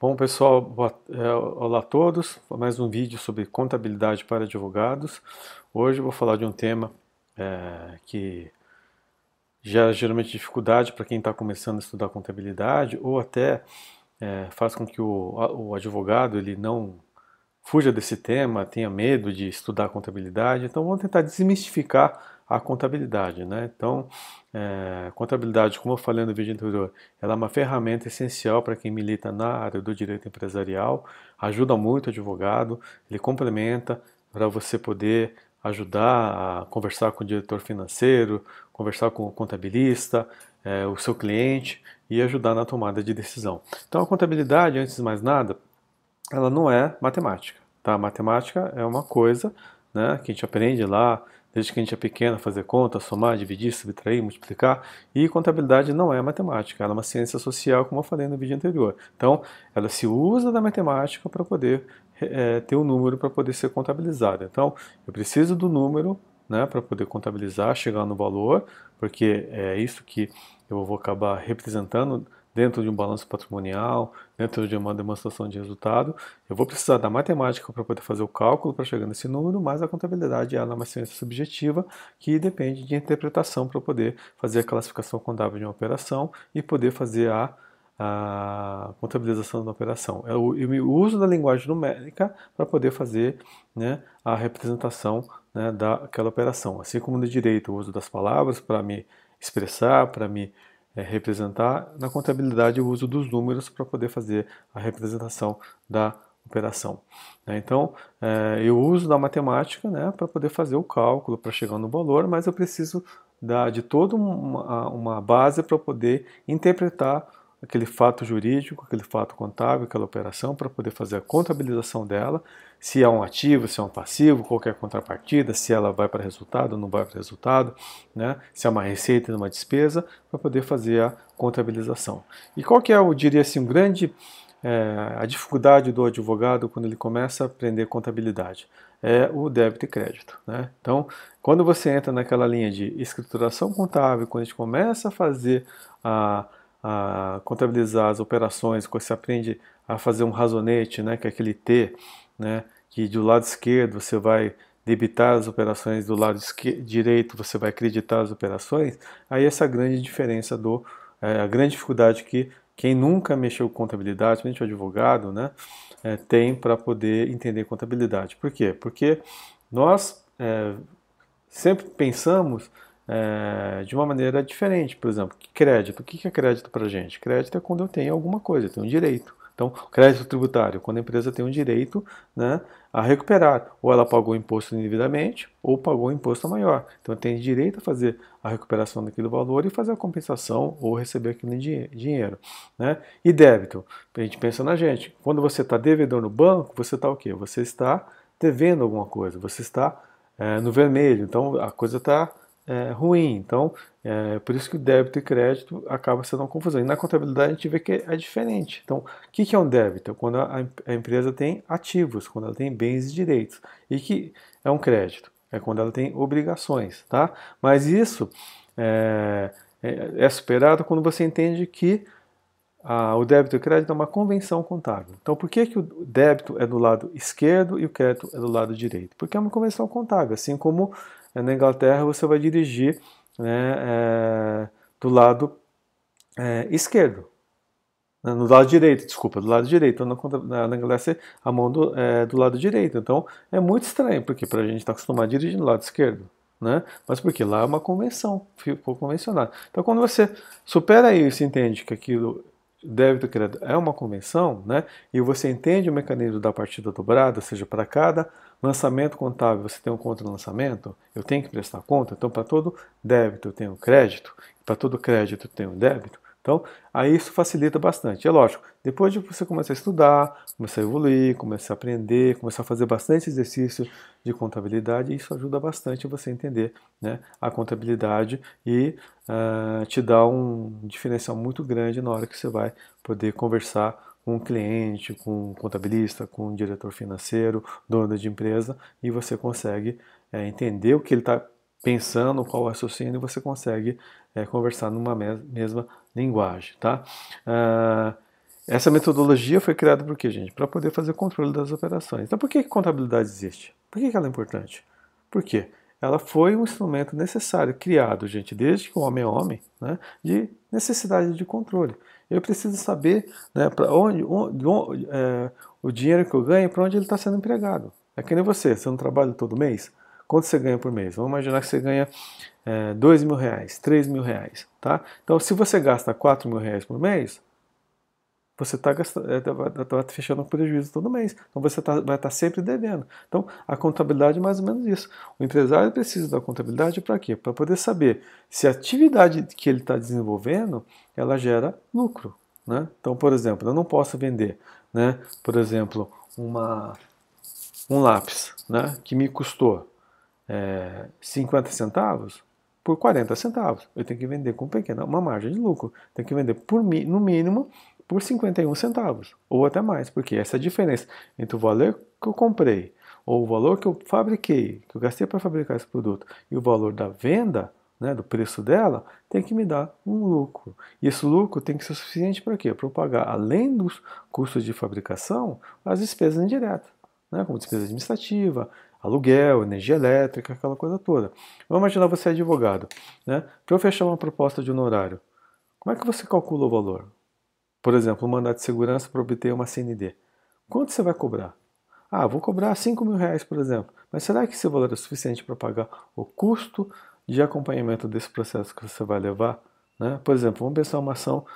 Bom, pessoal, olá a todos. Mais um vídeo sobre contabilidade para advogados. Hoje eu vou falar de um tema que gera geralmente dificuldade para quem está começando a estudar contabilidade ou até faz com que o advogado ele não fuja desse tema, tenha medo de estudar contabilidade. Então vamos tentar desmistificar a contabilidade, né? Então, contabilidade, como eu falei no vídeo anterior, ela é uma ferramenta essencial para quem milita na área do direito empresarial, ajuda muito o advogado, ele complementa para você poder ajudar a conversar com o diretor financeiro, conversar com o contabilista, o seu cliente e ajudar na tomada de decisão. Então, a contabilidade, antes de mais nada, ela não é matemática, tá? Matemática é uma coisa, né, que a gente aprende lá, desde que a gente é pequeno, fazer conta, somar, dividir, subtrair, multiplicar, e contabilidade não é matemática, ela é uma ciência social, como eu falei no vídeo anterior. Então, ela se usa da matemática para poder ter um número para poder ser contabilizado. Então, eu preciso do número, né, para poder contabilizar, chegar no valor, porque é isso que eu vou acabar representando dentro de um balanço patrimonial, dentro de uma demonstração de resultado. Eu vou precisar da matemática para poder fazer o cálculo para chegar nesse número, mas a contabilidade ela é uma ciência subjetiva que depende de interpretação para poder fazer a classificação contábil de uma operação e poder fazer a contabilização da operação. Eu uso da linguagem numérica para poder fazer, né, a representação, né, daquela operação. Assim como no direito eu uso das palavras para me expressar, para me representar, na contabilidade o uso dos números para poder fazer a representação da operação. Então, eu uso da matemática, né, para poder fazer o cálculo, para chegar no valor, mas eu preciso de toda uma base para poder interpretar aquele fato jurídico, aquele fato contábil, aquela operação, para poder fazer a contabilização dela, se é um ativo, se é um passivo, qualquer contrapartida, se ela vai para resultado ou não vai para resultado, né? Se é uma receita ou uma despesa, para poder fazer a contabilização. E qual que é, eu diria assim, a dificuldade do advogado quando ele começa a aprender contabilidade? É o débito e crédito, né? Então, quando você entra naquela linha de escrituração contábil, quando a gente começa a fazer a contabilizar as operações, quando você aprende a fazer um razonete, né, que é aquele T, né, que do lado esquerdo você vai debitar as operações, do lado direito você vai acreditar as operações, aí essa grande diferença a grande dificuldade que quem nunca mexeu com contabilidade, principalmente o advogado, né, tem para poder entender contabilidade. Por quê? Porque nós sempre pensamos de uma maneira diferente. Por exemplo, crédito. O que é crédito para a gente? Crédito é quando eu tenho alguma coisa, eu tenho um direito. Então, crédito tributário, quando a empresa tem um direito, né, a recuperar. Ou ela pagou imposto indevidamente, ou pagou imposto maior. Então, tem direito a fazer a recuperação daquele valor e fazer a compensação ou receber aquele dinheiro. Né? E débito. A gente pensa na gente. Quando você está devedor no banco, você está o quê? Você está devendo alguma coisa. Você está no vermelho. Então, a coisa está ruim. Então, por isso que o débito e crédito acaba sendo uma confusão. E na contabilidade a gente vê que é diferente. Então, o que é um débito? É quando a empresa tem ativos, quando ela tem bens e direitos. E que é um crédito? É quando ela tem obrigações, tá? Mas isso é superado quando você entende que o débito e o crédito é uma convenção contábil. Então, por que o débito é do lado esquerdo e o crédito é do lado direito? Porque é uma convenção contábil, assim como na Inglaterra você vai dirigir, né, do lado esquerdo. No lado direito, desculpa, do lado direito. Então, na Inglaterra, a mão do lado direito. Então, é muito estranho, porque para a gente estar acostumado a dirigir do lado esquerdo. Né? Mas porque lá é uma convenção, ficou convencionado. Então, quando você supera isso e entende que aquilo débito e crédito é uma convenção, né? E você entende o mecanismo da partida dobrada, ou seja, para cada lançamento contábil você tem um contra-lançamento, eu tenho que prestar conta, então para todo débito eu tenho crédito, para todo crédito eu tenho débito. Então, aí isso facilita bastante. É lógico, depois de você começar a estudar, começar a evoluir, começar a aprender, começar a fazer bastante exercício de contabilidade, isso ajuda bastante você entender, né, a contabilidade e te dá um diferencial muito grande na hora que você vai poder conversar com um cliente, com um contabilista, com um diretor financeiro, dono de empresa, e você consegue entender o que ele está pensando, qual é o raciocínio, e você consegue conversar numa mesma linguagem, tá? Essa metodologia foi criada por quê, gente? Para poder fazer controle das operações. Então, por que contabilidade existe? Por que ela é importante? Por quê? Ela foi um instrumento necessário, criado, gente, desde que o homem é homem, né, de necessidade de controle. Eu preciso saber, né, para o dinheiro que eu ganho, para onde ele está sendo empregado. É que nem você não trabalha todo mês? Quanto você ganha por mês? Vamos imaginar que você ganha R$ 2.000, R$ 3.000, tá? Então, se você gasta R$ 4.000 por mês, você está fechando um prejuízo todo mês. Então você vai estar sempre devendo. Então a contabilidade é mais ou menos isso. O empresário precisa da contabilidade para quê? Para poder saber se a atividade que ele está desenvolvendo, ela gera lucro. Né? Então, por exemplo, eu não posso vender, né, por exemplo, um lápis, né, que me custou 50 centavos por 40 centavos. Eu tenho que vender com uma margem de lucro. Tenho que vender no mínimo por 51 centavos, ou até mais, porque essa diferença entre o valor que eu comprei, ou o valor que eu fabriquei, que eu gastei para fabricar esse produto, e o valor da venda, né, do preço dela, tem que me dar um lucro. E esse lucro tem que ser suficiente para quê? Para eu pagar, além dos custos de fabricação, as despesas indiretas, né, como despesa administrativa, aluguel, energia elétrica, aquela coisa toda. Vamos imaginar você é advogado, né? Para eu fechar uma proposta de honorário, como é que você calcula o valor? Por exemplo, um mandado de segurança para obter uma CND. Quanto você vai cobrar? Ah, vou cobrar R$ 5.000, por exemplo. Mas será que esse valor é suficiente para pagar o custo de acompanhamento desse processo que você vai levar? Né? Por exemplo, vamos pensar uma ação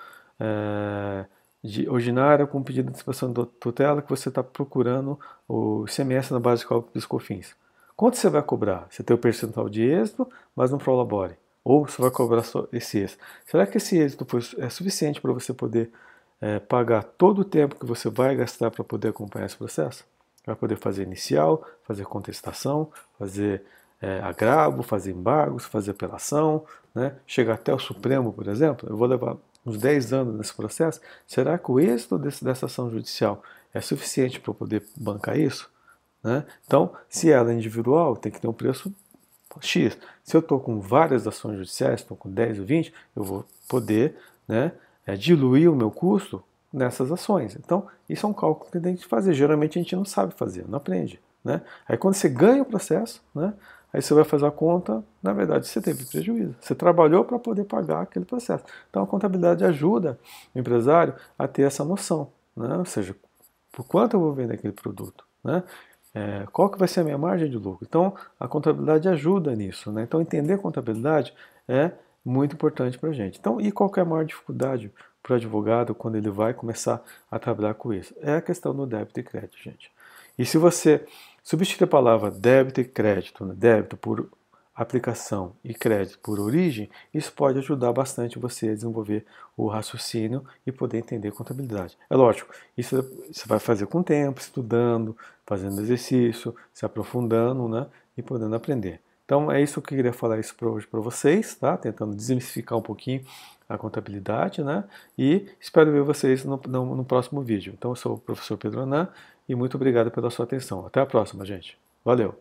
ordinária com pedido de antecipação de tutela que você está procurando o ICMS na base de cálculo dos COFINS. Quanto você vai cobrar? Você tem o percentual de êxito, mas não prolabore. Ou você vai cobrar só esse êxito. Será que esse êxito é suficiente para você poder pagar todo o tempo que você vai gastar para poder acompanhar esse processo? Vai poder fazer inicial, fazer contestação, fazer agravo, fazer embargos, fazer apelação, né? Chegar até o Supremo, por exemplo. Eu vou levar uns 10 anos nesse processo. Será que o êxito dessa ação judicial é suficiente para poder bancar isso? Né? Então, se ela é individual, tem que ter um preço X. Se eu estou com várias ações judiciais, estou com 10 ou 20, eu vou poder, né, diluir o meu custo nessas ações. Então, isso é um cálculo que tem que fazer. Geralmente a gente não sabe fazer, não aprende. Né? Aí quando você ganha o processo, né, aí você vai fazer a conta, na verdade você teve prejuízo. Você trabalhou para poder pagar aquele processo. Então a contabilidade ajuda o empresário a ter essa noção. Né? Ou seja, por quanto eu vou vender aquele produto? Né? Qual que vai ser a minha margem de lucro? Então, a contabilidade ajuda nisso. Né? Então, entender contabilidade é muito importante para a gente. Então, e qual que é a maior dificuldade para o advogado quando ele vai começar a trabalhar com isso? É a questão do débito e crédito, gente. E se você substituir a palavra débito e crédito, né? Débito por aplicação e crédito por origem, isso pode ajudar bastante você a desenvolver o raciocínio e poder entender contabilidade. É lógico, isso você vai fazer com o tempo, estudando, fazendo exercício, se aprofundando, né, e podendo aprender. Então é isso que eu queria falar isso para hoje para vocês, tá? Tentando desmistificar um pouquinho a contabilidade, né? E espero ver vocês no próximo vídeo. Então eu sou o professor Pedro Anan e muito obrigado pela sua atenção. Até a próxima, gente. Valeu!